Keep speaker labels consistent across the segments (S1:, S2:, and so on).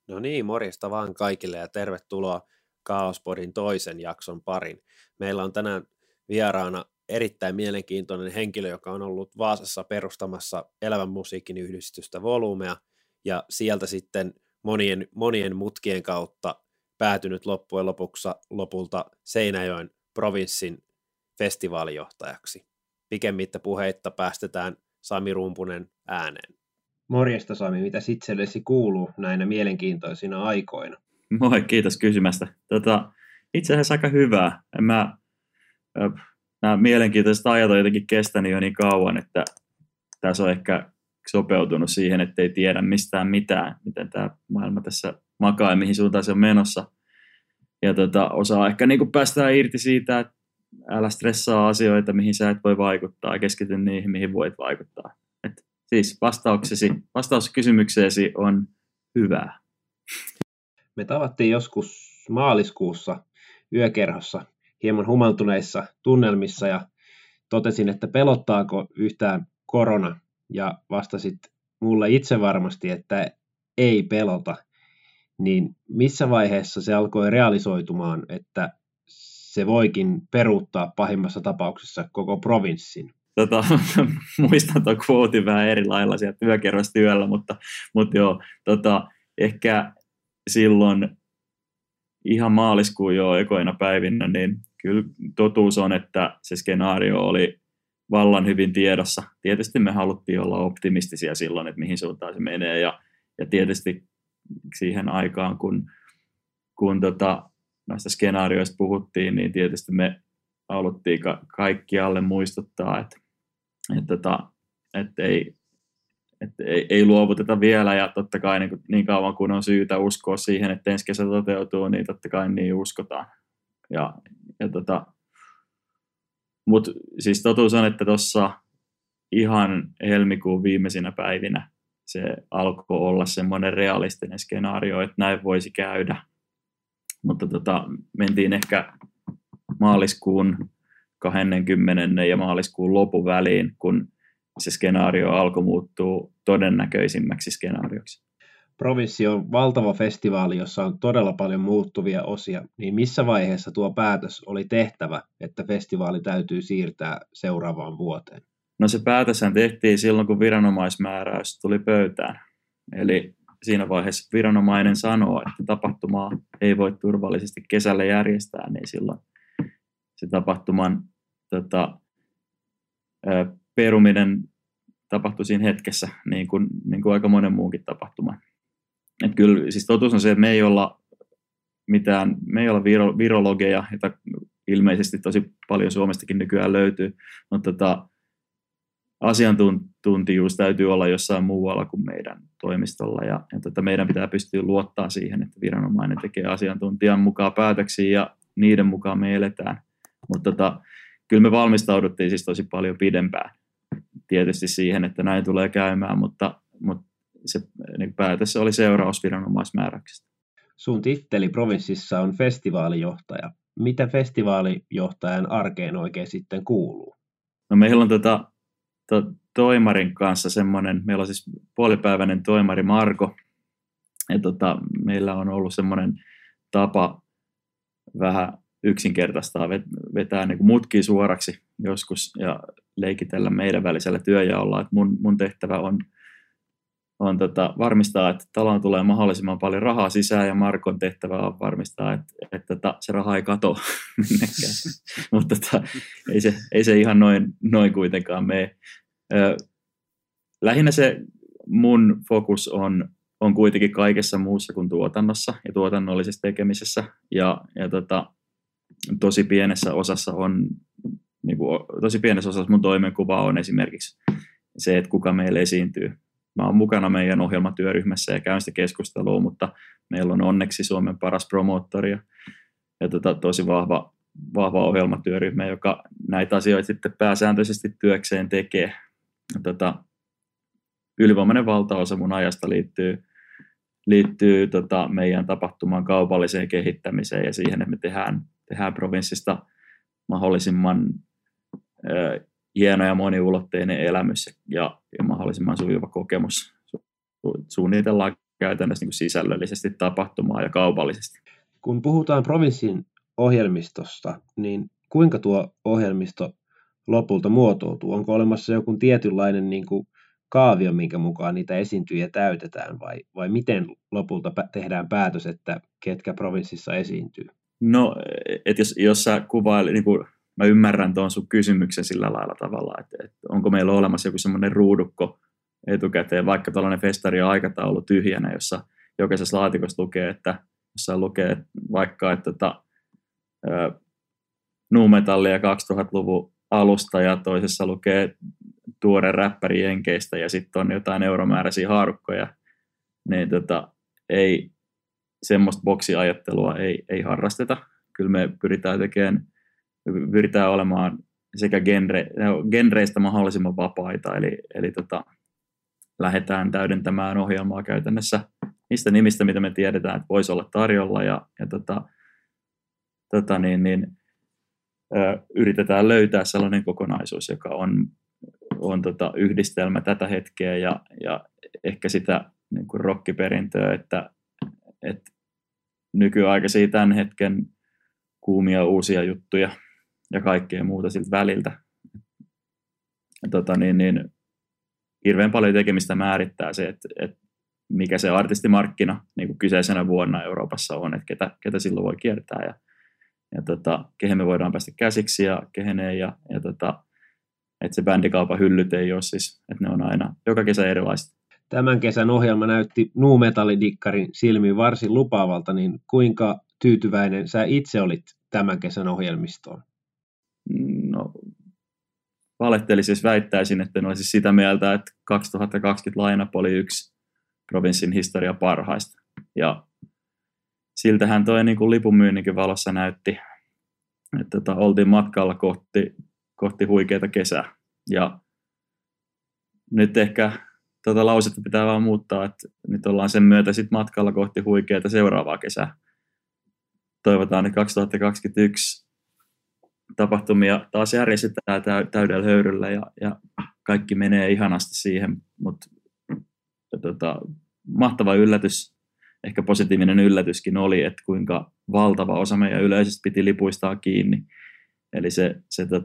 S1: No niin, morjesta vaan kaikille ja tervetuloa Kaospodin toisen jakson parin. Meillä on tänään vieraana erittäin mielenkiintoinen henkilö, joka on ollut Vaasassa perustamassa elävän musiikin yhdistystä Volumea ja sieltä sitten monien mutkien kautta päätynyt loppujen lopulta Seinäjoen provinssin festivaalijohtajaksi. Pikemmittä puheitta päästetään Sami Rumpunen ääneen.
S2: Morjesta Sami, mitä itsellesi kuuluu näinä mielenkiintoisina aikoina?
S3: Moi, kiitos kysymästä. Itse asiassa aika hyvää. Nämä mielenkiintoiset ajat on jotenkin kestänyt jo niin kauan, että tässä on ehkä sopeutunut siihen, että ei tiedä mistään mitään, miten tämä maailma tässä makaa ja mihin suuntaan se on menossa. Ja osaa ehkä niin kuin päästään irti siitä, että älä stressaa asioita, mihin sä et voi vaikuttaa, ja keskity niihin, mihin voit vaikuttaa. Siis vastaus kysymykseesi on hyvää.
S2: Me tavattiin joskus maaliskuussa yökerhossa hieman humaltuneissa tunnelmissa ja totesin, että pelottaako yhtään korona ja vastasit mulle itse varmasti, että ei pelota. Niin missä vaiheessa se alkoi realisoitumaan, että se voikin peruuttaa pahimmassa tapauksessa koko provinssin?
S3: Muistan tuon quotin vähän eri lailla sieltä yökerrosta yöllä, mutta joo, ehkä silloin ihan maaliskuun jo ekoina päivinä, niin kyllä totuus on, että se skenaario oli vallan hyvin tiedossa. Tietysti me haluttiin olla optimistisia silloin, että mihin suuntaan se menee, ja tietysti siihen aikaan, kun näistä skenaarioista puhuttiin, niin tietysti me haluttiin kaikkialle muistuttaa, että ei luovuteta vielä, ja totta kai niin kauan kun on syytä uskoa siihen, että ensi kesä toteutuu, niin totta kai niin uskotaan. Mutta siis totuus on, että tuossa ihan helmikuun viimeisinä päivinä se alkoi olla semmoinen realistinen skenaario, että näin voisi käydä. Mutta mentiin ehkä maaliskuun 20. ja maaliskuun lopun väliin, kun se skenaario alkoi muuttua todennäköisimmäksi skenaarioksi.
S2: Provinssi on valtava festivaali, jossa on todella paljon muuttuvia osia. Niin missä vaiheessa tuo päätös oli tehtävä, että festivaali täytyy siirtää seuraavaan vuoteen?
S3: No se päätöshän tehtiin silloin, kun viranomaismääräys tuli pöytään. Eli siinä vaiheessa viranomainen sanoo, että tapahtumaa ei voi turvallisesti kesällä järjestää, niin silloin se tapahtuman peruminen tapahtui siinä hetkessä, niin kuin aika monen muunkin tapahtuma. Et kyllä, siis totuus on se, että me ei olla virologeja, joita ilmeisesti tosi paljon Suomestakin nykyään löytyy, mutta asiantuntijuus täytyy olla jossain muualla kuin meidän toimistolla, ja meidän pitää pystyä luottaa siihen, että viranomainen tekee asiantuntijan mukaan päätöksiä, ja niiden mukaan me eletään. Mutta kyllä me valmistauduttiin siis tosi paljon pidempään tietysti siihen, että näin tulee käymään, mutta se niin päätös oli seuraus viranomaismääräyksestä.
S2: Sun titteli provinssissa on festivaalijohtaja. Mitä festivaalijohtajan arkeen oikein sitten kuuluu?
S3: No meillä on toimarin kanssa semmoinen, meillä on siis puolipäiväinen toimari Marko, ja meillä on ollut semmoinen tapa vähän yksinkertaistaa, vetää niin kuin mutkia suoraksi joskus ja leikitellä meidän välisellä työnjaolla. Että mun tehtävä on varmistaa, että taloon tulee mahdollisimman paljon rahaa sisään, ja Markon tehtävä on varmistaa, että se raha ei katoa minnekään. Mutta ei se ihan noin kuitenkaan mene. Lähinnä se mun fokus on kuitenkin kaikessa muussa kuin tuotannossa ja tuotannollisessa tekemisessä, ja tosi pienessä osassa mun toimenkuva on esimerkiksi se, että kuka meillä esiintyy. Mä oon mukana meidän ohjelmatyöryhmässä ja käyn sitä keskustelua, mutta meillä on onneksi Suomen paras promoottori ja tosi vahva ohjelmatyöryhmä, joka näitä asioita sitten pääsääntöisesti työkseen tekee. Ylivoimainen valtaosa mun ajasta liittyy meidän tapahtuman kaupalliseen kehittämiseen ja siihen, että me tehdään provinssista mahdollisimman hieno ja moniulotteinen elämys ja mahdollisimman sujuva kokemus. Suunnitellaan käytännössä niin kuin sisällöllisesti tapahtumaa ja kaupallisesti.
S2: Kun puhutaan provinssin ohjelmistosta, niin kuinka tuo ohjelmisto lopulta muotoutuu? Onko olemassa joku tietynlainen niin kuin kaavio, minkä mukaan niitä esiintyjiä täytetään, vai miten lopulta tehdään päätös, että ketkä provinssissa esiintyy?
S3: No, että jos sä kuvailet, niin kuin mä ymmärrän tuon sun kysymyksen sillä lailla tavalla, että onko meillä olemassa joku semmoinen ruudukko etukäteen, vaikka tällainen festari on aikataulu tyhjänä, jossa jokaisessa laatikossa lukee, että jossa lukee vaikka, että nu-metallia 2000-luvun alusta ja toisessa lukee tuore räppäri Jenkeistä ja sitten on jotain euromääräisiä haarukkoja, niin ei semmoista boksiajattelua ei harrasteta. Kyllä me pyritään olemaan sekä genreistä mahdollisimman vapaita, eli lähdetään täydentämään ohjelmaa käytännössä niistä nimistä, mitä me tiedetään, että voisi olla tarjolla, ja yritetään löytää sellainen kokonaisuus, joka on yhdistelmä tätä hetkeä ja ehkä sitä niin kuin rockiperintöä, että nykyaikaisia tämän hetken kuumia uusia juttuja ja kaikkea muuta siltä väliltä. Hirveän paljon tekemistä määrittää se, että mikä se artistimarkkina niin kuin kyseisenä vuonna Euroopassa on, että ketä silloin voi kiertää ja kehen me voidaan päästä käsiksi ja kehen ei. Että se bändikaupan hyllyt ei ole siis, että ne on aina joka kesä erilaiset.
S2: Tämän kesän ohjelma näytti nu-metallidikkarin silmiin varsin lupaavalta, niin kuinka tyytyväinen sä itse olit tämän kesän ohjelmistoon?
S3: No, valehtelisin, jos väittäisin, että en olisi sitä mieltä, että 2020 line-up oli yksi provinssin historia parhaista. Ja siltähän toi niin kuin lipunmyynninkin valossa näytti, että oltiin matkalla kohti huikeata kesää. Ja nyt ehkä lausetta pitää vaan muuttaa, että nyt ollaan sen myötä sit matkalla kohti huikeata seuraavaa kesää. Toivotaan, että 2021 tapahtumia taas järjestetään täydellä höyryllä ja kaikki menee ihanasti siihen, mutta mahtava yllätys, ehkä positiivinen yllätyskin oli, että kuinka valtava osa meidän yleisöstä piti lipuistaa kiinni. Eli se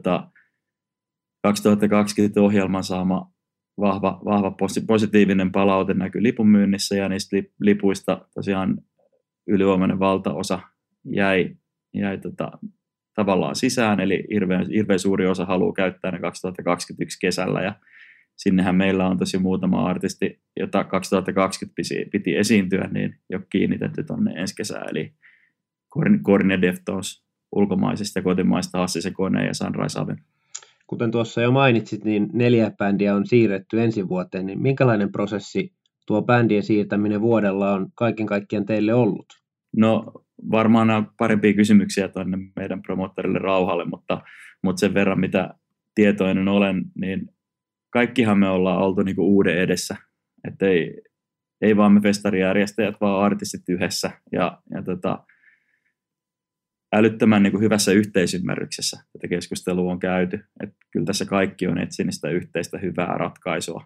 S3: 2020 ohjelman saama vahva positiivinen palaute näkyi lipunmyynnissä ja niistä lipuista tosiaan ylivoimainen valtaosa jäi tavallaan sisään, eli hirveän suuri osa haluaa käyttää ne 2021 kesällä ja sinnehän meillä on tosi muutama artisti, jota 2020 piti esiintyä, niin jo kiinnitetty tuonne ensi kesään, eli Korn ja Deftones ulkomaisista ja kotimaista Hassisen Koneen ja Sunrise Avenue.
S2: Kuten tuossa jo mainitsit, niin 4 bändiä on siirretty ensi vuoteen, niin minkälainen prosessi tuo bändien siirtäminen vuodella on kaiken kaikkiaan teille ollut?
S3: No varmaan nämä parempia kysymyksiä tuonne meidän promottorille Rauhalle, mutta sen verran mitä tietoinen olen, niin kaikkihan me ollaan oltu niinku uuden edessä, että ei vaan me festarijärjestäjät, vaan artistit yhdessä ja älyttömän niin kuin hyvässä yhteisymmärryksessä tätä keskustelua on käyty, että kyllä tässä kaikki on etsinyt sitä yhteistä hyvää ratkaisua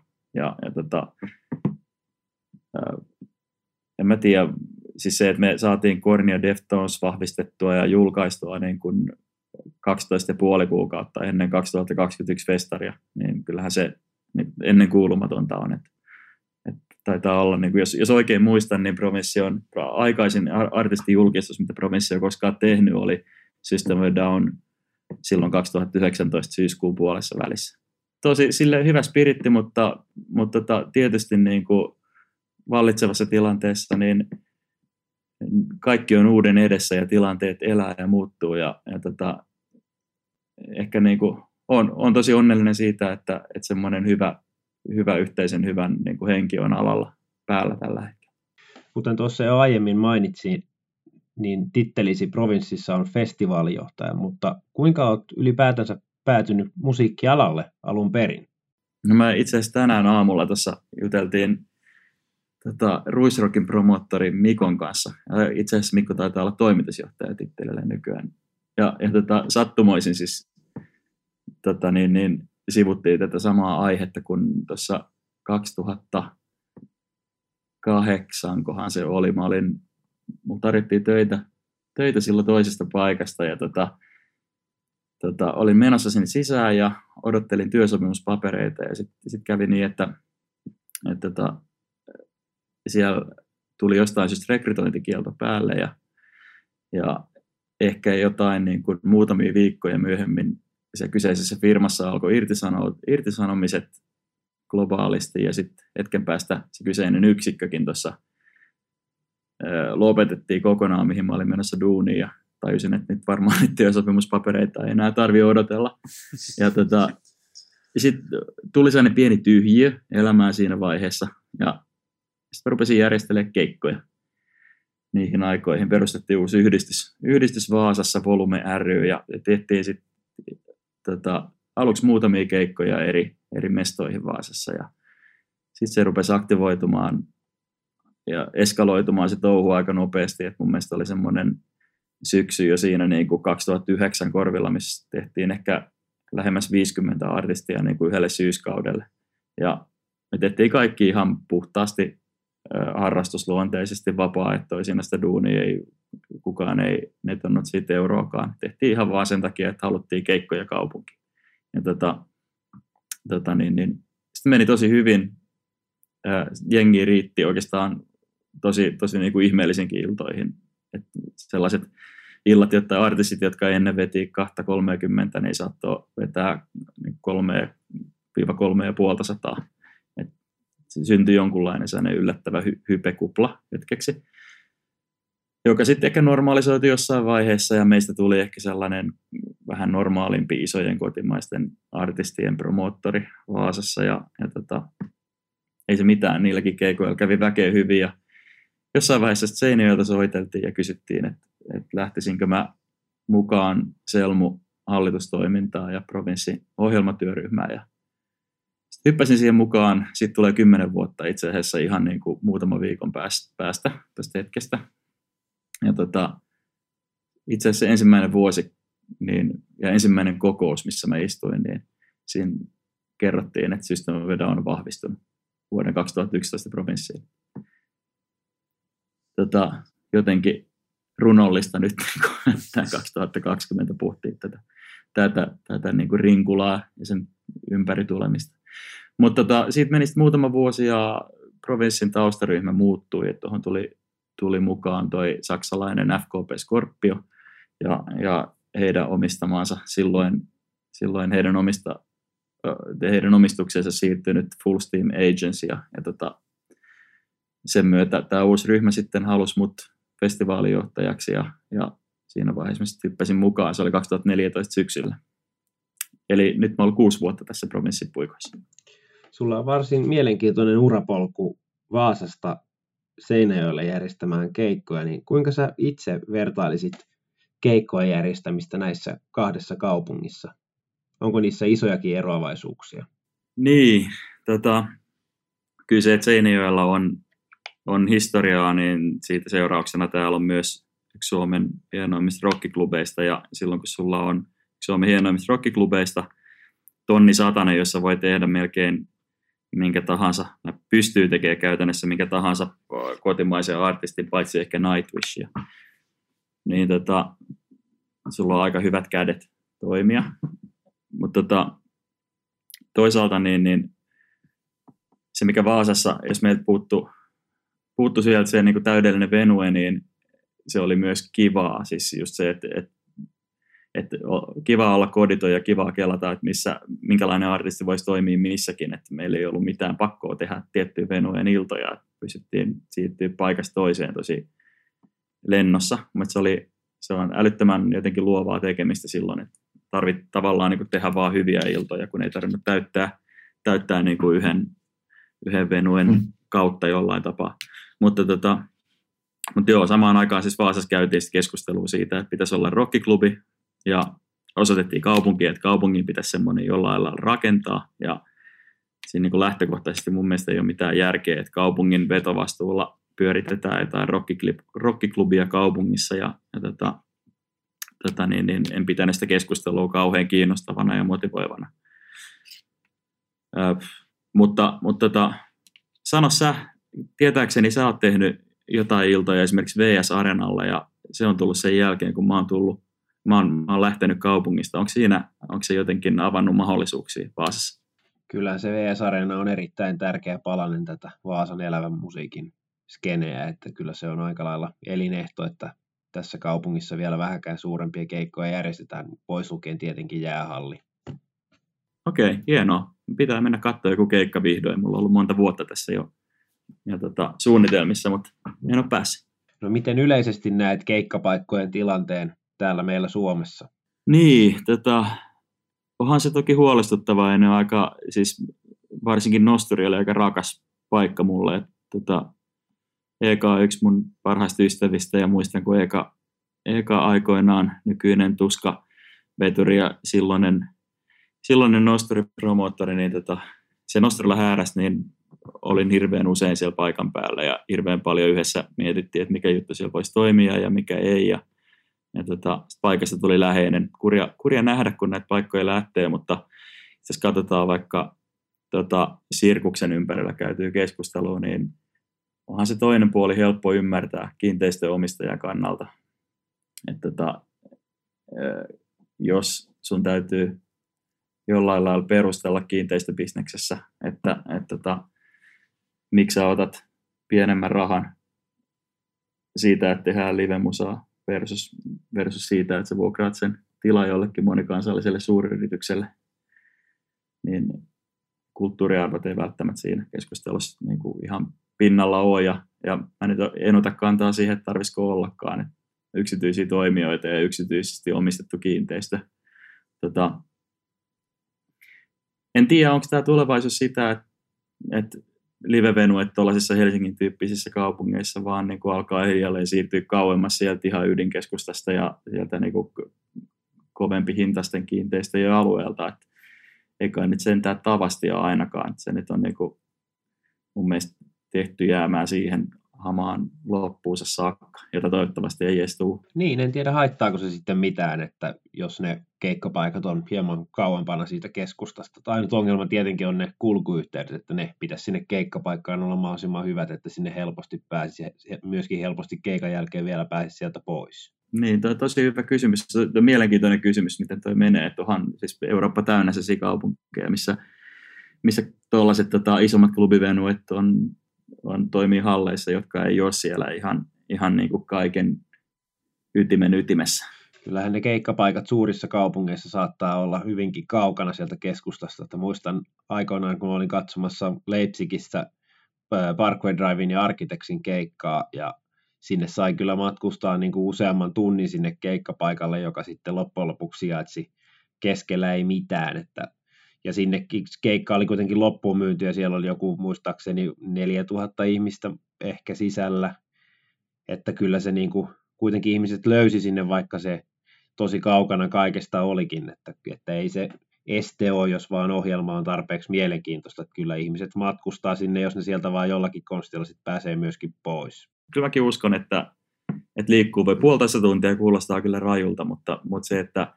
S3: en mä tiedä, siis se, että me saatiin Korn ja Deftones vahvistettua ja julkaistua niin kuin 12,5 kuukautta ennen 2021 festaria, niin kyllähän se ennen kuulumatonta on, että taitaa olla, niin kuin jos oikein muistan, niin Provinssi on aikaisin artistijulkistus, mitä Provinssi on koskaan tehnyt, oli System of a Down silloin 2019 syyskuun puolessa välissä. Tosi sille hyvä spiritti, mutta tietysti niin kuin vallitsevassa tilanteessa niin kaikki on uuden edessä ja tilanteet elää ja muuttuu ja ehkä niin kuin on tosi onnellinen siitä, että semmoinen hyvä yhteisen hyvän niin kuin henki on alalla päällä tällä hetkellä.
S2: Kuten tuossa jo aiemmin mainitsin, niin tittelisi provinssissa on festivaalijohtaja, mutta kuinka olet ylipäätänsä päätynyt musiikkialalle alun perin?
S3: No mä itse asiassa tänään aamulla tuossa juteltiin Ruisrockin promottori Mikon kanssa. Itse asiassa Mikko taitaa olla toimitusjohtaja tittelillä nykyään. Ja sattumoisin siis sivuttiin tätä samaa aihetta, kun tuossa 2000 2008 se oli. Mulla tarjottiin töitä silloin toisesta paikasta ja olin menossa sinne sisään ja odottelin työsopimuspapereita ja sitten kävi niin, että siellä tuli jostain syystä rekrytointikielto päälle ja ehkä jotain niin kuin muutamia viikkoja myöhemmin se kyseisessä firmassa alkoi irtisanomiset globaalisti ja sitten hetken päästä se kyseinen yksikkökin tuossa lopetettiin kokonaan, mihin mä olin menossa duuniin ja tajusin, että nyt varmaan niitä työsopimuspapereita ei enää tarvitse odotella. Ja sitten tuli sellainen pieni tyhjiö elämään siinä vaiheessa ja sitten rupesin järjestelemään keikkoja. Niihin aikoihin perustettiin uusi yhdistys Vaasassa, Volume ry, ja tehtiin sitten aluksi muutamia keikkoja eri mestoihin Vaasassa. Ja sitten se rupesi aktivoitumaan ja eskaloitumaan se touhu aika nopeasti. Et mun mielestä oli semmoinen syksy jo siinä niin kuin 2009 korvilla, missä tehtiin ehkä lähemmäs 50 artistia niin kuin yhdelle syyskaudelle. Ja me tehtiin kaikki ihan puhtaasti harrastusluonteisesti vapaaehtoisina sitä duunia, kukaan ei netonnut siitä euroakaan. Tehtiin ihan vaan sen takia, että haluttiin keikkoja kaupunkiin. Ja sitten meni tosi hyvin. Jengi riitti oikeastaan tosi niin kuin ihmeellisinkin iltoihin. Et sellaiset illat, jotta artistit, jotka ennen veti 2-30, niin saattoi vetää 3-3,5. Syntyi jonkunlainen sellainen yllättävä hypekupla hetkeksi, joka sitten ehkä normalisoitui jossain vaiheessa ja meistä tuli ehkä sellainen vähän normaalimpi isojen kotimaisten artistien promoottori Vaasassa ja ei se mitään, niilläkin keikoilla kävi väkeä hyvin ja jossain vaiheessa Seinäjoelta soiteltiin ja kysyttiin, että lähtisinkö mä mukaan Selmu hallitustoimintaan ja provinssin ohjelmatyöryhmään ja hyppäsin siihen mukaan, sitten tulee 10 vuotta itse asiassa ihan niin kuin muutaman viikon päästä tästä hetkestä. Ja itse asiassa ensimmäinen vuosi ja ensimmäinen kokous, missä mä istuin, niin siinä kerrottiin, että System of a Down on vahvistunut vuoden 2011 provinssiin. Jotenkin runollista nyt, kun 2020 puhuttiin tätä niin kuin rinkulaa ja sen ympäri tulemista. Mutta siitä meni muutama vuosi ja provinssin taustaryhmä muuttui, että tuohon tuli mukaan toi saksalainen FKP Scorpio ja heidän omistamaansa silloin heidän omistuksensa siirtynyt Full Steam Agency ja sen myötä tämä uusi ryhmä sitten halusi mut festivaalijohtajaksi ja siinä vaiheessa mä sitten hyppäsin mukaan, se oli 2014 syksyllä. Eli nyt mä olen 6 vuotta tässä provinssin puikoissa.
S2: Sulla on varsin mielenkiintoinen urapolku Vaasasta Seinäjoelle järjestämään keikkoja, niin kuinka sä itse vertailisit keikkojen järjestämistä näissä 2 kaupungissa? Onko niissä isojakin eroavaisuuksia?
S3: Niin, kyllä se, että Seinäjoella on historiaa, niin siitä seurauksena täällä on myös yksi Suomen hienoimmista rockiklubeista, ja silloin kun sulla on Suomen hienoimmista rockiklubeista 1,100, jossa voi tehdä melkein minkä tahansa, pystyy tekemään käytännössä minkä tahansa kotimaisen artistin, paitsi ehkä Nightwishia, niin sulla on aika hyvät kädet toimia. Mutta toisaalta niin se, mikä Vaasassa, jos meiltä puuttui sieltä se niin kuin täydellinen venue, niin se oli myös kivaa. Siis just se, että kiva olla koditon ja kivaa kelata, että minkälainen artisti voisi toimia missäkin. Että meillä ei ollut mitään pakkoa tehdä tiettyjä venueen iltoja. Pystyttiin siirtyä paikasta toiseen tosi lennossa. Mutta se on älyttömän jotenkin luovaa tekemistä silloin, että tarvitsi tavallaan niin kuin tehdä vaan hyviä iltoja, kun ei tarvinnut täyttää niin kuin yhden venuen kautta jollain tapaa. Mutta joo, samaan aikaan siis Vaasassa käytiin keskustelua siitä, että pitäisi olla rockiklubi, ja osoitettiin kaupunkiin, että kaupungin pitäisi semmoinen jollain lailla rakentaa, ja siinä niin kuin lähtökohtaisesti mun mielestä ei ole mitään järkeä, että kaupungin vetovastuulla pyöritetään jotain rockiklubia kaupungissa, ja en pitänyt sitä keskustelua kauhean kiinnostavana ja motivoivana. Mutta sano sä, tietääkseni sä oot tehnyt jotain iltoja esimerkiksi VS-Arenalla ja se on tullut sen jälkeen, kun mä oon lähtenyt kaupungista. Onko se jotenkin avannut mahdollisuuksia Vaasassa?
S2: Kyllä se VS-Areena on erittäin tärkeä palanen tätä Vaasan elävän musiikin skeneä, että kyllä se on aika lailla elinehto, että tässä kaupungissa vielä vähänkään suurempia keikkoja järjestetään, pois lukien tietenkin jäähalli.
S3: Okei, hienoa. Pitää mennä katsoa joku keikka vihdoin. Mulla on ollut monta vuotta tässä jo suunnitelmissa, mutta en ole päässyt.
S2: No miten yleisesti näet keikkapaikkojen tilanteen täällä meillä Suomessa?
S3: Niin, onhan se toki huolestuttavaa ennen aika, siis varsinkin Nosturi oli aika rakas paikka mulle. Eka on yksi mun parhaista ystävistä ja muistan, kun Eka aikoinaan nykyinen tuskaveturi ja silloinen Nosturi-promoottori, niin se Nosturilla hääräsi, niin olin hirveän usein siellä paikan päällä ja hirveän paljon yhdessä mietittiin, että mikä juttu siellä voisi toimia ja mikä ei. Ja paikasta tuli läheinen. Kurja nähdä, kun näitä paikkoja lähtee, mutta jos katsotaan vaikka sirkuksen ympärillä käytyy keskustelua, niin onhan se toinen puoli helppo ymmärtää kiinteistöomistajan kannalta. Että jos sun täytyy jollain lailla perustella kiinteistöbisneksessä, että miksi sä otat pienemmän rahan siitä, että tehdään live-musaa versus siitä, että sä vuokraat sen tila jollekin monikansalliselle suuryritykselle, niin kulttuuriarvot ei välttämättä siinä keskustelussa niin kuin ihan pinnalla ole, ja mä nyt en ota kantaa siihen, että tarvitsisiko ollakaan, että yksityisiä toimijoita ja yksityisesti omistettu kiinteistö. En tiedä, onko tämä tulevaisuus sitä, että live-venuet tuollaisissa Helsingin tyyppisissä kaupungeissa vaan niin kuin alkaa hiljalleen siirtyä kauemmas sieltä ihan ydinkeskustasta ja sieltä niin kuin kovempi hintaisten kiinteistöjen alueelta. Et eikä nyt sentään tavasti ole ainakaan. Et se nyt on niin kuin mun mielestä tehty jäämään siihen hamaan loppuunsa saakka, jota toivottavasti ei edes tule.
S2: Niin, en tiedä haittaako se sitten mitään, että jos ne keikkapaikat on hieman kauempana siitä keskustasta. Tai ainut ongelma tietenkin on ne kulkuyhteydet, että ne pitäisi sinne keikkapaikkaan olla mahdollisimman hyvät, että sinne helposti pääsisi, myöskin helposti keikan jälkeen vielä pääsisi sieltä pois.
S3: Niin, toi on tosi hyvä kysymys. Se on mielenkiintoinen kysymys, miten toi menee. Että onhan siis Eurooppa täynnä sellaisia kaupunkeja, missä tuollaiset isommat klubivenuet toimii halleissa, jotka ei ole siellä ihan niin kuin kaiken ytimen ytimessä.
S2: Kyllähän ne keikkapaikat suurissa kaupungeissa saattaa olla hyvinkin kaukana sieltä keskustasta. Että muistan aikoinaan, kun olin katsomassa Leipzigissä Parkway Drivein ja Architectsin keikkaa, ja sinne sai kyllä matkustaa niin kuin useamman tunnin sinne keikkapaikalle, joka sitten loppujen lopuksi sijaitsi keskellä ei mitään, ja sinne keikka oli kuitenkin loppuun myynti, ja siellä oli joku muistaakseni 4000 ihmistä ehkä sisällä, että kyllä se niin kuin, kuitenkin ihmiset löysi sinne, vaikka se tosi kaukana kaikesta olikin, että ei se este ole, jos vaan ohjelma on tarpeeksi mielenkiintoista, että kyllä ihmiset matkustaa sinne, jos ne sieltä vaan jollakin konstilla sitten pääsee myöskin pois.
S3: Kyllä mäkin uskon, että liikkuu voi 1,5 tuntia, kuulostaa kyllä rajulta, mutta se, että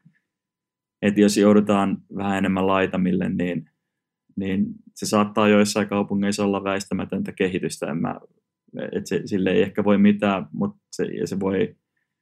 S3: jos joudutaan vähän enemmän laitamille, niin se saattaa joissain kaupungeissa olla väistämätöntä kehitystä. Sille ei ehkä voi mitään, mutta se voi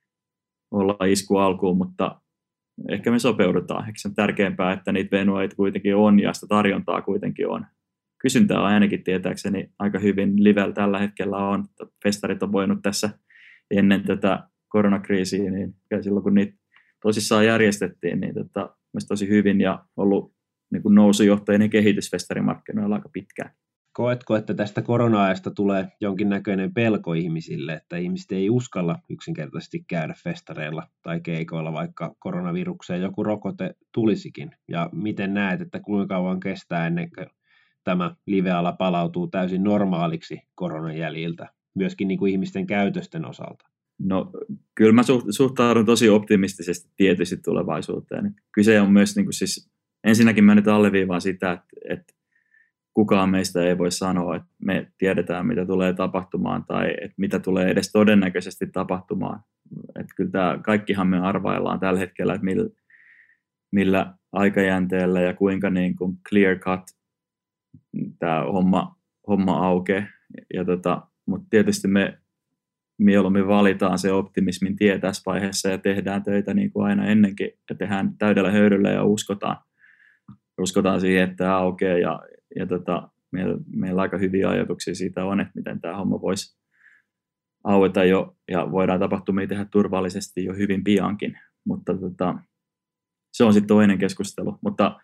S3: olla isku alkuun, mutta ehkä me sopeudutaan. Eikö se on tärkeämpää, että niitä venueita kuitenkin on ja sitä tarjontaa kuitenkin on. Kysyntää on ainakin tietääkseni aika hyvin livellä tällä hetkellä on. Festarit on voinut tässä ennen tätä koronakriisiä, niin silloin kun niitä tosissaan järjestettiin, niin myös tosi hyvin ja ollut niin kuin nousujohtoinen kehitysfestarimarkkinoilla aika pitkään.
S2: Koetko, että tästä korona-ajasta tulee jonkinnäköinen pelko ihmisille, että ihmiset ei uskalla yksinkertaisesti käydä festareilla tai keikoilla, vaikka koronavirukseen joku rokote tulisikin? Ja miten näet, että kuinka kauan kestää ennen kuin tämä live-ala palautuu täysin normaaliksi koronan jäljiltä, myöskin niin kuin ihmisten käytösten osalta?
S3: No kyllä mä suhtaudun tosi optimistisesti tietysti tulevaisuuteen. Kyse on myös, niin kuin siis, ensinnäkin mä nyt alleviivaan sitä, että kukaan meistä ei voi sanoa, että me tiedetään, mitä tulee tapahtumaan tai että mitä tulee edes todennäköisesti tapahtumaan. Että kyllä kaikkihan me arvaillaan tällä hetkellä, että millä aikajänteellä ja kuinka niin kuin clear cut tämä homma aukeaa. Mutta tietysti me mieluummin valitaan se optimismin tie tässä vaiheessa ja tehdään töitä niin kuin aina ennenkin ja tehdään täydellä höyryllä ja uskotaan siihen, että tämä aukeaa ja meillä aika hyviä ajatuksia siitä on, että miten tämä homma voisi aueta jo ja voidaan tapahtumia tehdä turvallisesti jo hyvin piankin, mutta se on sitten toinen keskustelu, mutta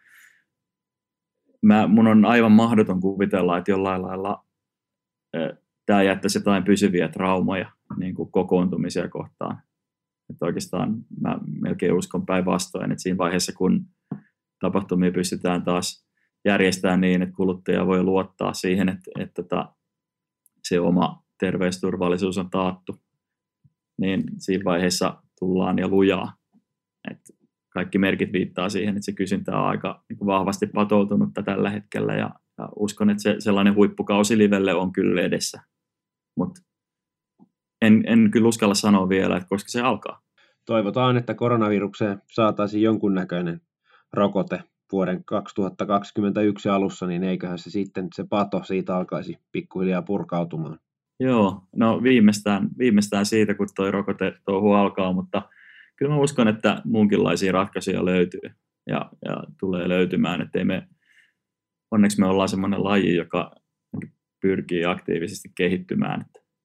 S3: mun on aivan mahdoton kuvitella, että jollain lailla tämä jättäisi jotain pysyviä traumoja niin kuin kokoontumisia kohtaan. Että oikeastaan mä melkein uskon päinvastoin, että siinä vaiheessa, kun tapahtumia pystytään taas järjestämään niin, että kuluttaja voi luottaa siihen, että se oma terveysturvallisuus on taattu, niin siinä vaiheessa tullaan ja lujaa. Että kaikki merkit viittaa siihen, että se kysyntä on aika niin kuin vahvasti patoutunutta tällä hetkellä ja uskon, että sellainen huippukausi livelle on kyllä edessä. Mutta en kyllä uskalla sanoa vielä, että koska se alkaa.
S2: Toivotaan, että koronavirukseen saataisiin jonkunnäköinen rokote vuoden 2021 alussa, niin eiköhän se sitten se pato siitä alkaisi pikkuhiljaa purkautumaan.
S3: Joo, no viimeistään siitä, kun tuo rokote touhu alkaa, mutta kyllä mä uskon, että muunkinlaisia ratkaisuja löytyy ja tulee löytymään, että onneksi me ollaan semmoinen laji, joka pyrkii aktiivisesti kehittymään.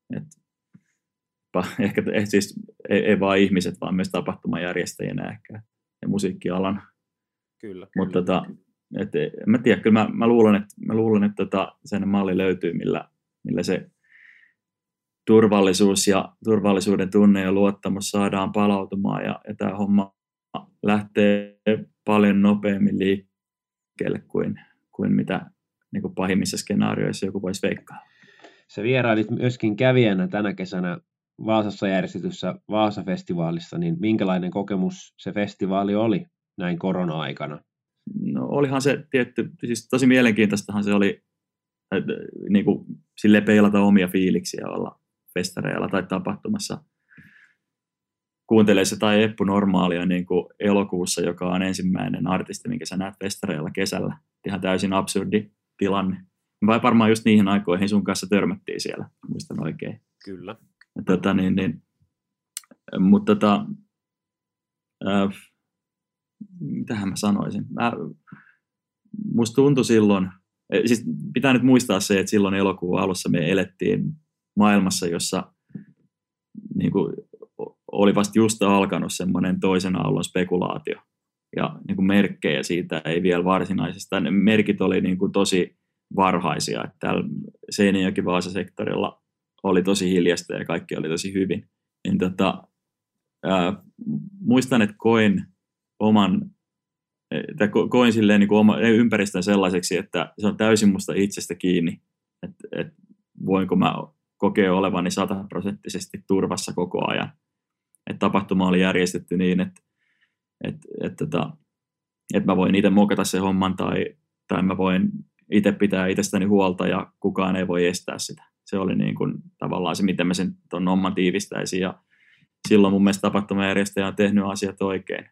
S3: Ehkä siis ei vain ihmiset, vaan myös tapahtumajärjestäjinä ehkä ja musiikkialan.
S1: Kyllä.
S3: Mutta mä tiedän, kyllä mä luulen, että sen malli löytyy, millä se turvallisuus ja turvallisuuden tunne ja luottamus saadaan palautumaan ja tämä homma lähtee paljon nopeammin liikkeelle kuin mitä niin kuin pahimmissa skenaarioissa joku voisi veikkaa.
S2: Sä vierailit myöskin kävijänä tänä kesänä Vaasassa järjestetyssä Vaasa-festivaalissa, niin minkälainen kokemus se festivaali oli näin korona-aikana?
S3: No olihan se tietty, siis tosi mielenkiintoistahan se oli niin kuin sille peilata omia fiiliksiä olla festareilla tai tapahtumassa. Kuuntelee se tai Eppu Normaalia niin kuin elokuussa, joka on ensimmäinen artisti, minkä sä näet festareilla kesällä. Ihan täysin absurdi tilanne. Vai varmaan just niihin aikoihin sun kanssa törmättiin siellä, muistan oikein.
S1: Kyllä.
S3: Mutta mitähän mä sanoisin? Musta tuntui silloin, siis pitää nyt muistaa se, että silloin elokuun alussa me elettiin maailmassa, jossa niin kuin, oli vasta just alkanut semmoinen toisen aallon spekulaatio. Ja niin kuin merkkejä siitä ei vielä varsinaisesti. Ne merkit oli niin kuin tosi varhaisia. Että täällä Seinäjoki-Vaasa-sektorilla oli tosi hiljasta ja kaikki oli tosi hyvin. Niin muistan, että koin silleen niin kuin oma ympäristön sellaiseksi, että se on täysin musta itsestä kiinni. Että voinko mä kokea olevani 100% turvassa koko ajan. Että tapahtuma oli järjestetty niin, että mä voin itse mokata sen homman tai mä voin itse pitää itsestäni huolta ja kukaan ei voi estää sitä. Se oli niin kuin tavallaan se, miten mä sen ton homman tiivistäisin ja silloin mun mielestä tapahtumajärjestäjä on tehnyt asiat oikein.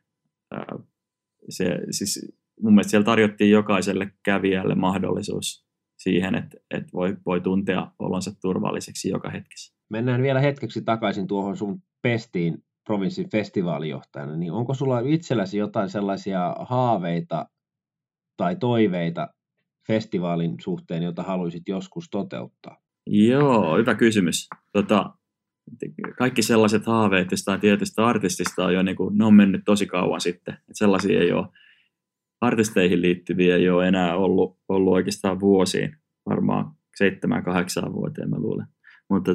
S3: Siis mun mielestä siellä tarjottiin jokaiselle kävijälle mahdollisuus siihen, että voi tuntea olonsa turvalliseksi joka hetkessä.
S2: Mennään vielä hetkeksi takaisin tuohon sun pestiin provinssin festivaalijohtajana, niin onko sulla itselläsi jotain sellaisia haaveita tai toiveita festivaalin suhteen, jota haluaisit joskus toteuttaa?
S3: Joo, hyvä kysymys. Kaikki sellaiset haaveet jostain tietystä artistista on jo, niin kuin, ne on mennyt tosi kauan sitten. Et sellaisia ei ole, artisteihin liittyviä ei ole enää ollut oikeastaan vuosiin, varmaan 7-8 vuoteen mä luulen. Mutta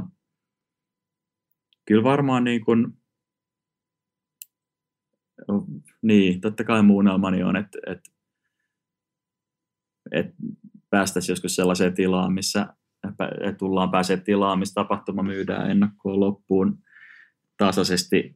S3: kyllä varmaan niin, totta kai mun unelmani on, että päästäisiin joskus sellaiseen tilaan, missä tullaan pääsemään tilaan, missä tapahtuma myydään ennakkoon loppuun tasaisesti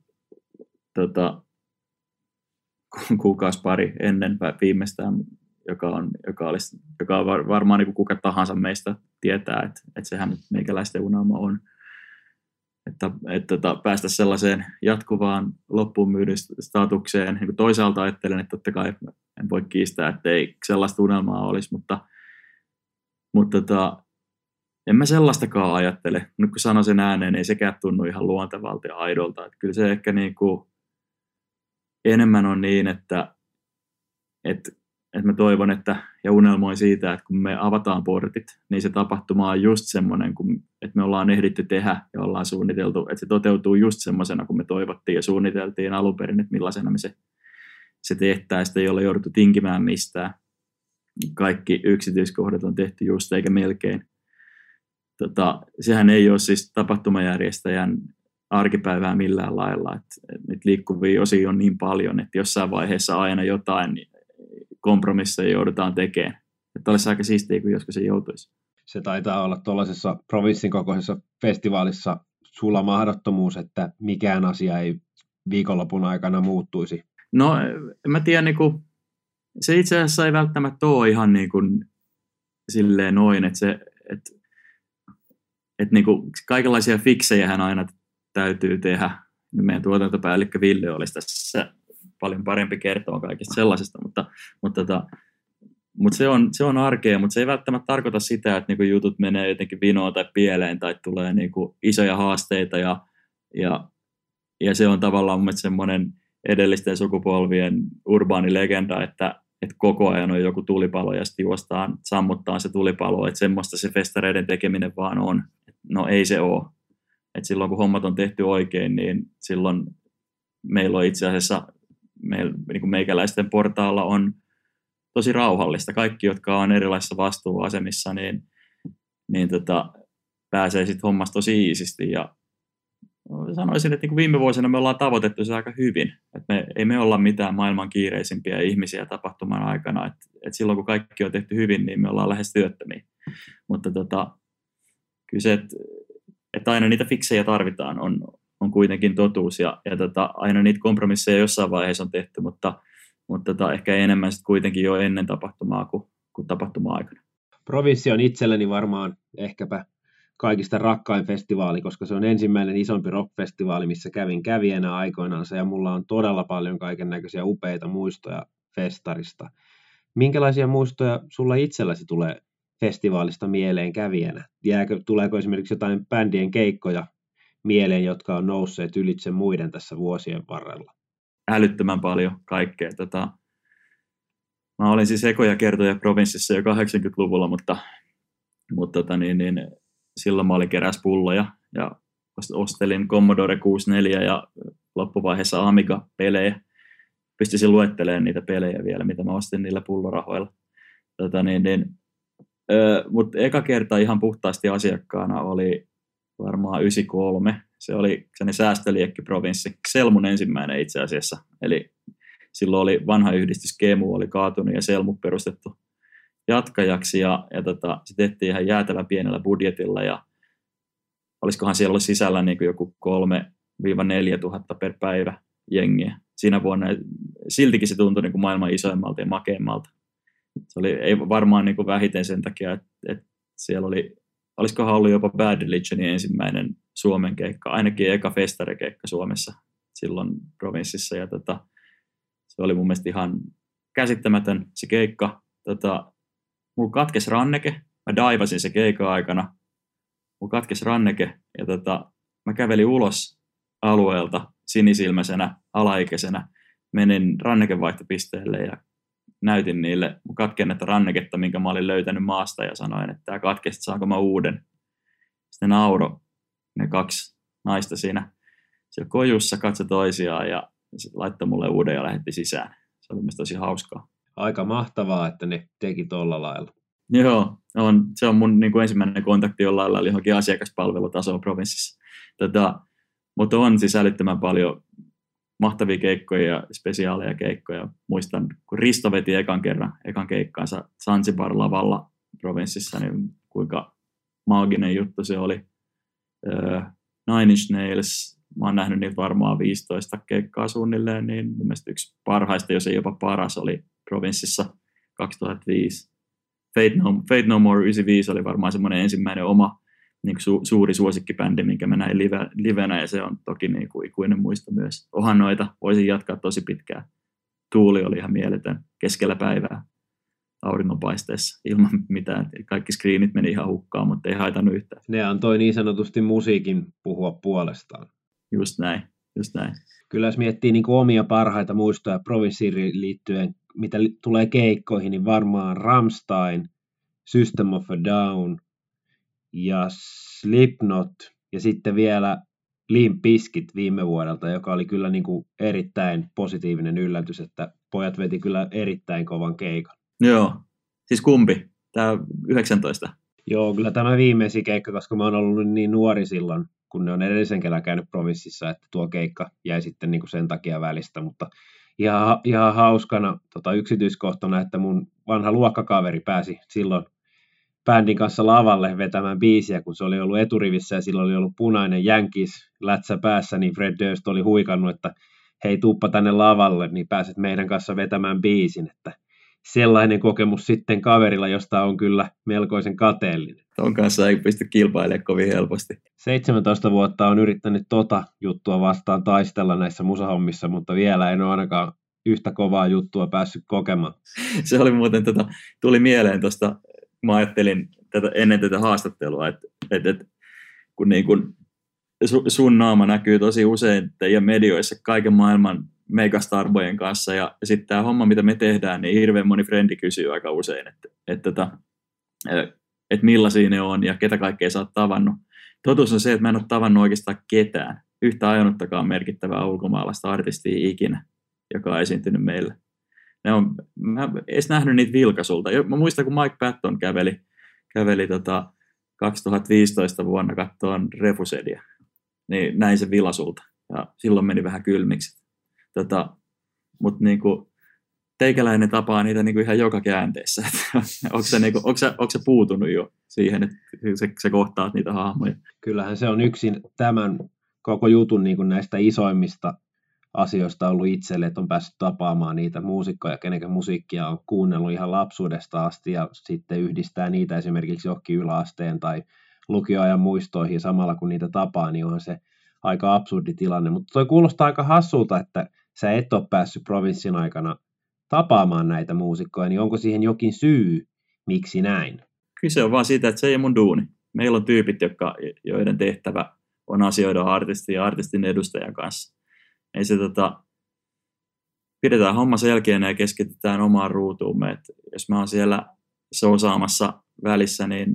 S3: kuukausi pari ennen viimeistään, joka on varmaan niin kuin kuka tahansa meistä tietää, että sehän nyt meikäläisten unelma on. Että päästä sellaiseen jatkuvaan loppuun myydyn statukseen. Niin toisaalta ajattelen, että totta kai en voi kiistää, että ei sellaista unelmaa olisi, mutta en mä sellaistakaan ajattele. Nyt kun sanon sen ääneen, niin ei sekään tunnu ihan luontevalta ja aidolta. Että kyllä se ehkä niin kuin enemmän on niin, että mä toivon ja unelmoin siitä, että kun me avataan portit, niin se tapahtuma on just semmoinen, että me ollaan ehditty tehdä ja ollaan suunniteltu, että se toteutuu just semmoisena, kun me toivottiin ja suunniteltiin alun perin, että millaisena me se tehtäisiin, ei ole jouduttu tinkimään mistään. Kaikki yksityiskohdat on tehty just eikä melkein. Sehän ei ole siis tapahtumajärjestäjän arkipäivää millään lailla, että nyt liikkuvia osia on niin paljon, että jossain vaiheessa aina jotain kompromisseja joudutaan tekemään. Että olisi aika siistiä, kun joskus se joutuisi.
S2: Se taitaa olla tuollaisessa provinssin kokoisessa festivaalissa sulla mahdottomuus, että mikään asia ei viikonlopun aikana muuttuisi.
S3: No, mä tiedän, niin kuin, se itse asiassa ei välttämättä ole ihan niin kuin, silleen noin, että niin kuin, kaikenlaisia fiksejähän aina täytyy tehdä. Meidän tuotantopäällikkö Ville olisi tässä paljon parempi kertoa kaikista sellaisesta, mutta se on arkea, mutta se ei välttämättä tarkoita sitä, että niinku jutut menee jotenkin vinoon tai pieleen tai tulee niinku isoja haasteita ja se on tavallaan mun mielestä semmoinen edellisten sukupolvien urbaani legenda, että koko ajan on joku tulipalo ja sitten juostaan sammuttaa se tulipalo, että semmoista se festareiden tekeminen vaan on. No ei se ole. Et silloin kun hommat on tehty oikein, niin silloin meillä on itse asiassa niin kuin meikäläisten portaalla on tosi rauhallista. Kaikki, jotka on erilaisissa vastuuasemissa, niin pääsee sitten hommasta tosi iisisti. Ja sanoisin, että niin kuin viime vuosina me ollaan tavoitettu se aika hyvin. Ei me olla mitään maailman kiireisimpiä ihmisiä tapahtuman aikana. Et silloin, kun kaikki on tehty hyvin, niin me ollaan lähes työttömiä. Mutta kyllä se, että aina niitä fiksejä tarvitaan, on kuitenkin totuus. Ja aina niitä kompromisseja jossain vaiheessa on tehty, mutta ehkä enemmän sitten kuitenkin jo ennen tapahtumaa kuin tapahtuma-aikana.
S2: Provinssi on itselleni varmaan ehkäpä kaikista rakkain festivaali, koska se on ensimmäinen isompi rock-festivaali, missä kävin kävijänä aikoinansa, ja mulla on todella paljon kaikennäköisiä upeita muistoja festarista. Minkälaisia muistoja sulla itselläsi tulee festivaalista mieleen kävijänä? Tuleeko esimerkiksi jotain bändien keikkoja mieleen, jotka on nousseet ylitse muiden tässä vuosien varrella?
S3: Älyttömän paljon kaikkea. Mä olin siis ekoja kertoja provinssissa jo 80-luvulla, mutta silloin mä olin keräspulloja ja ostelin Commodore 64 ja loppuvaiheessa Amiga-pelejä. Pystyisin luettelemaan niitä pelejä vielä, mitä mä ostin niillä pullorahoilla. Mutta eka kerta ihan puhtaasti asiakkaana oli varmaan 93. Se oli sellainen säästöliekki-provinssi. Selmun ensimmäinen itse asiassa. Eli silloin oli vanha yhdistys Kemu oli kaatunut ja Selmu perustettu jatkajaksi. Se tehtiin ihan jäätävän pienellä budjetilla. Ja olisikohan siellä ollut sisällä niin kuin joku 3-4 tuhatta per päivä jengiä. Siinä vuonna siltikin se tuntui niin kuin maailman isoimmalta ja makeimmalta. Se oli ei varmaan niin kuin vähiten sen takia, että siellä oli, olisikohan ollut jopa Bad Religionin ensimmäinen Suomen keikka, ainakin eka festarikeikka Suomessa silloin provinssissa. Ja se oli mun mielestä ihan käsittämätön se keikka. Mulla katkesi ranneke, mä daivasin se keikan aikana. Mulla katkesi ranneke ja mä kävelin ulos alueelta sinisilmäisenä, alaikäisenä. Menin rannekevaihtopisteelle ja näytin niille katkennetta ranneketta, minkä mä olin löytänyt maasta ja sanoin, että tämä katkesi, saanko mä uuden. Sitten nauro ne kaksi naista siinä kojussa, katsoi toisiaan ja laittoi mulle uuden ja lähetti sisään. Se oli mielestäni tosi hauskaa. Aika
S2: mahtavaa, että ne teki tolla lailla.
S3: Joo, se on mun niin kuin ensimmäinen kontakti jollain lailla johonkin asiakaspalvelutasoon provinssissa. Mutta on siis älyttömän paljon mahtavia keikkoja ja spesiaaleja keikkoja. Muistan, kun Risto veti ekan keikkaansa Zanzibar-lavalla provinssissa, niin kuinka maaginen juttu se oli. Nine Inch Nails, mä oon nähnyt niitä varmaan 15 keikkaa suunnilleen, niin mun mielestä yksi parhaista, jos ei jopa paras, oli provinssissa 2005. Fate No More 95 oli varmaan semmoinen ensimmäinen oma niin suuri suosikkibändi, minkä mä näin livenä, ja se on toki niin kuin ikuinen muisto myös. Onhan noita, voisin jatkaa tosi pitkään. Tuuli oli ihan mieletön keskellä päivää. auringonpaisteessa ilman mitään. Kaikki screenit meni ihan hukkaan, mutta ei haitannut yhtään.
S2: Ne antoi niin sanotusti musiikin puhua puolestaan.
S3: Just näin.
S2: Kyllä jos miettii niin kuin omia parhaita muistoja provinssiin liittyen, mitä tulee keikkoihin, niin varmaan Rammstein, System of a Down ja Slipknot ja sitten vielä Limp Bizkit viime vuodelta, joka oli kyllä niin kuin erittäin positiivinen yllätys, että pojat veti kyllä erittäin kovan keikan.
S3: Joo, siis kumpi? Tämä 19?
S2: Joo, kyllä tämä viimeisin keikka, koska mä oon ollut niin nuori silloin, kun ne on edellisen kerran käynyt provinssissa, että tuo keikka jäi sitten niin kuin sen takia välistä, mutta ihan hauskana yksityiskohtana, että mun vanha luokkakaveri pääsi silloin bändin kanssa lavalle vetämään biisiä, kun se oli ollut eturivissä ja silloin oli ollut punainen Yankees-lätsä päässä, niin Fred Durst oli huikannut, että hei, tuuppa tänne lavalle, niin pääset meidän kanssa vetämään biisin, että sellainen kokemus sitten kaverilla, josta on kyllä melkoisen kateellinen.
S3: Ton kanssa ei pysty kilpailemaan kovin helposti.
S2: 17 vuotta on yrittänyt juttua vastaan taistella näissä musahommissa, mutta vielä en ole ainakaan yhtä kovaa juttua päässyt kokemaan.
S3: Se oli muuten, tuli mieleen tuosta, mä ajattelin ennen tätä haastattelua, että kun niin kun sun naama näkyy tosi usein teidän medioissa kaiken maailman megastarbojen kanssa, ja sitten tämä homma, mitä me tehdään, niin hirveän moni frendi kysyy aika usein, että millaisia ne on ja ketä kaikkea sä oot tavannut. Totuus on se, että mä en ole tavannut oikeastaan ketään, yhtä ajonuttakaan merkittävää ulkomaalaista artistia ikinä, joka on esiintynyt meille. Mä en edes nähnyt niitä vilkaisulta. Mä muistan, kun Mike Patton käveli 2015 vuonna kattoon Refusedia, niin näin se vilasulta, ja silloin meni vähän kylmiksi. Mutta niinku, teikäläinen tapaa niitä niinku ihan joka käänteessä. Onko se puutunut jo siihen, että sä kohtaat niitä hahmoja?
S2: Kyllähän se on yksin tämän koko jutun niinku näistä isoimmista asioista ollut itselle, että on päässyt tapaamaan niitä muusikkoja, kenenkä musiikkia on kuunnellut ihan lapsuudesta asti ja sitten yhdistää niitä esimerkiksi johonkin yläasteen tai lukioajan muistoihin samalla kun niitä tapaa, niin onhan se aika absurdi tilanne. Mutta toi kuulostaa aika hassulta, että sä et ole päässyt provinssin aikana tapaamaan näitä muusikkoja, niin onko siihen jokin syy, miksi näin?
S3: Kyse on vaan siitä, että se ei ole mun duuni. Meillä on tyypit, joiden tehtävä on asioida artistin ja artistin edustajan kanssa. Ei se pidetään homma selkeänä ja keskitytään omaan ruutuumme. Et jos mä oon siellä osaamassa välissä, niin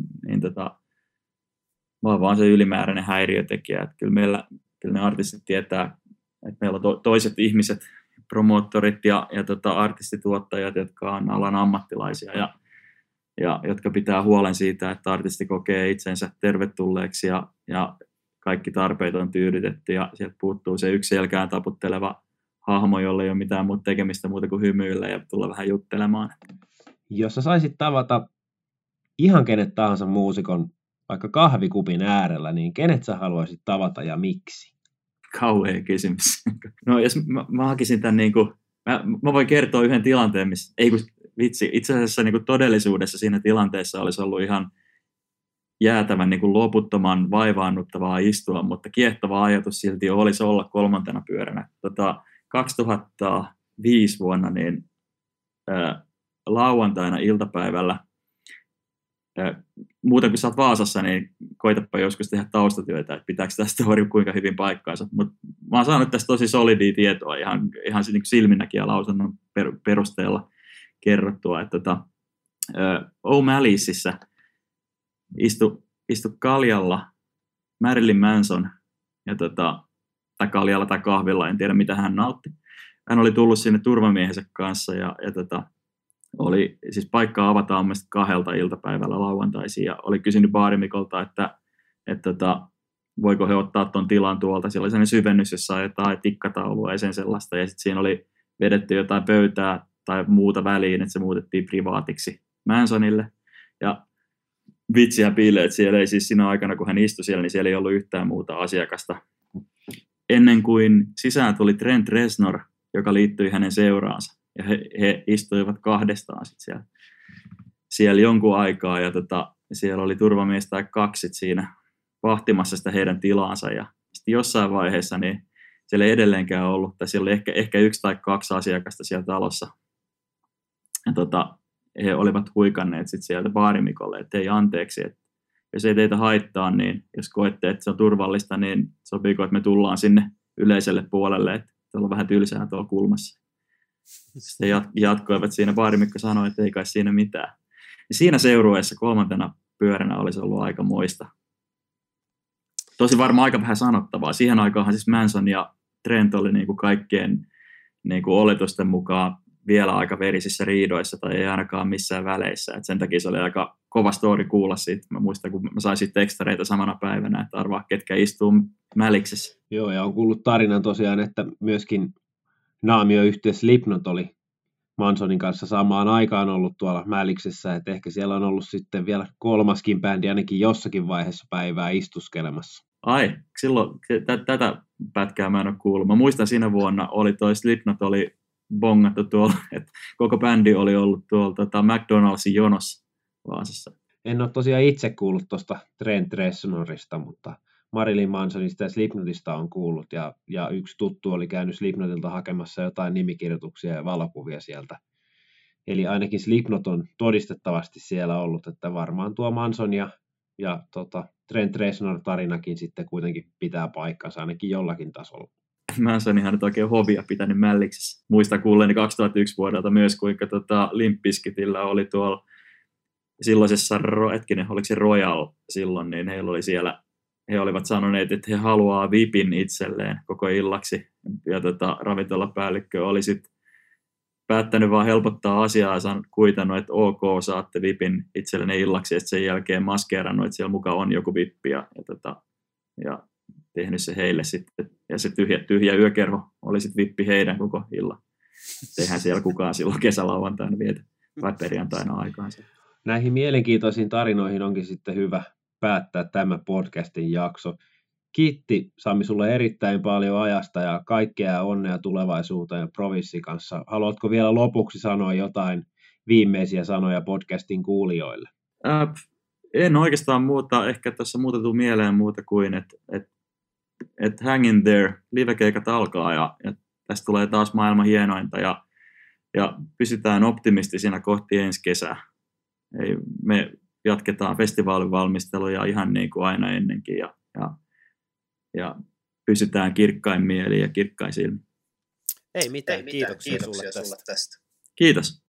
S3: mä oon vaan se ylimääräinen häiriötekijä. Et kyllä ne artistit tietää, että meillä on toiset ihmiset, promoottorit ja artistituottajat, jotka on alan ammattilaisia ja jotka pitää huolen siitä, että artisti kokee itsensä tervetulleeksi ja kaikki tarpeet on tyydytetty ja sieltä puuttuu se yksi selkään taputteleva hahmo, jolle ei ole mitään muuta tekemistä muuta kuin hymyillä ja tulla vähän juttelemaan.
S2: Jos sä saisit tavata ihan kenet tahansa muusikon vaikka kahvikupin äärellä, niin kenet sä haluaisit tavata ja miksi?
S3: Kauhea kysymys. No jos mä hakisin tämän mä voin kertoa yhden tilanteen, missä, itse asiassa todellisuudessa siinä tilanteessa olisi ollut ihan jäätävän loputtoman vaivaannuttavaa istua, mutta kiehtova ajatus silti olisi olla kolmantena pyöränä. 2005 vuonna niin lauantaina iltapäivällä, muuten kun sä oot Vaasassa, niin koitapa joskus tehdä taustatyötä, että pitääkö tästä story kuinka hyvin paikkaansa. Mutta mä oon saanut tästä tosi solidia tietoa ihan silminnäkin ja lausunnon perusteella kerrottua, että O'Malleysissä istu kaljalla Marilyn Manson, tai kaljalla tai kahvilla, en tiedä mitä hän nautti. Hän oli tullut sinne turvamiehensä kanssa ja oli siis paikkaa avataan mielestäni 2 iltapäivällä lauantaisin ja oli kysynyt baarimikolta, että voiko he ottaa tuon tilan tuolta. Siellä oli sellainen syvennys, jossa on jotain tikkataulua ja sen sellaista ja sitten siinä oli vedetty jotain pöytää tai muuta väliin, että se muutettiin privaatiksi Mansonille ja vitsiä piilee, että siellä ei siis siinä aikana, kun hän istui siellä, niin siellä ei ollut yhtään muuta asiakasta. Ennen kuin sisään tuli Trent Reznor, joka liittyi hänen seuraansa. Ja he istuivat kahdestaan sit siellä jonkun aikaa. Ja siellä oli turvamies tai 2 siinä vahtimassa sitä heidän tilaansa. Ja sitten jossain vaiheessa niin siellä ei edelleenkään ollut. Tai siellä oli ehkä 1 tai 2 asiakasta siellä talossa. Ja he olivat huikanneet sit sieltä baarimikolle, että ei anteeksi, että jos ei teitä haittaa, niin jos koette, että se on turvallista, niin sopiiko, että me tullaan sinne yleiselle puolelle, että tuolla on vähän tylsää tuolla kulmassa. Sitten jatkoivat siinä, baarimikko sanoi, että ei kai siinä mitään. Ja siinä seurueessa 3. pyöränä olisi ollut aika moista. Tosi varmaan aika vähän sanottavaa. Siihen aikaanhan siis Manson ja Trent oli niin kuin kaikkien niin kuin oletusten mukaan vielä aika verisissä riidoissa tai ei ainakaan missään väleissä. Et sen takia se oli aika kova story kuulla siitä. Mä muistan, kun mä sain siitä tekstareita samana päivänä, että arvaa, ketkä istuu Mäliksessä.
S2: Joo, ja on kuullut tarinan tosiaan, että myöskin naamioyhtiö Slipknot oli Mansonin kanssa samaan aikaan ollut tuolla Mäliksessä, että ehkä siellä on ollut sitten vielä 3. bändi ainakin jossakin vaiheessa päivää istuskelemassa.
S3: Ai, silloin tätä pätkää mä en ole kuullut. Mä muistan siinä vuonna oli toi Slipknot oli bongattu tuolla, että koko bändi oli ollut tuolla McDonald'sin jonossa Vaasassa.
S2: En ole tosiaan itse kuullut tuosta Trent Reznorista, mutta Marilyn Mansonista ja Slipknotista on kuullut, ja yksi tuttu oli käynyt Slipknotilta hakemassa jotain nimikirjoituksia ja valokuvia sieltä. Eli ainakin Slipknot on todistettavasti siellä ollut, että varmaan tuo Manson ja Trent Reznor-tarinakin sitten kuitenkin pitää paikkansa ainakin jollakin tasolla.
S3: Mansonihan nyt oikein hovia pitänyt Mälliksessä. Muistan kuulleeni 2001 vuodelta myös, kuinka Limp Bizkitillä oli tuolla silloisessa, oliko se Royal silloin, niin heillä oli siellä, he olivat sanoneet, että he haluaa VIPin itselleen koko illaksi. Ja ravintolapäällikkö oli sitten päättänyt vaan helpottaa asiaa ja kuitannut, että ok, saatte VIPin itsellenne illaksi, ja sen jälkeen maskeerannut, että siellä mukaan on joku vippi ja tehnyt se heille sitten. Ja se tyhjä yökerho oli sitten vippi heidän koko illan. Eihän siellä kukaan silloin kesälauantaina vietä vai perjantaina aikaansa.
S2: Näihin mielenkiintoisiin tarinoihin onkin sitten hyvä päättää tämä podcastin jakso. Kiitti Sami sulle erittäin paljon ajasta ja kaikkea onnea tulevaisuuteen Provinssin kanssa. Haluatko vielä lopuksi sanoa jotain viimeisiä sanoja podcastin kuulijoille?
S3: En oikeastaan muuta, ehkä tässä muuta tuli mieleen muuta kuin, että hang in there, livekeikat alkaa ja tästä tulee taas maailman hienointa ja pysytään optimistisina kohti ensi kesää. Me jatketaan festivaalin valmisteluja ihan niin kuin aina ennenkin ja pysytään kirkkain mieliin ja kirkkain silmin.
S1: Ei mitään, kiitoksia sulle tästä.
S3: Kiitos.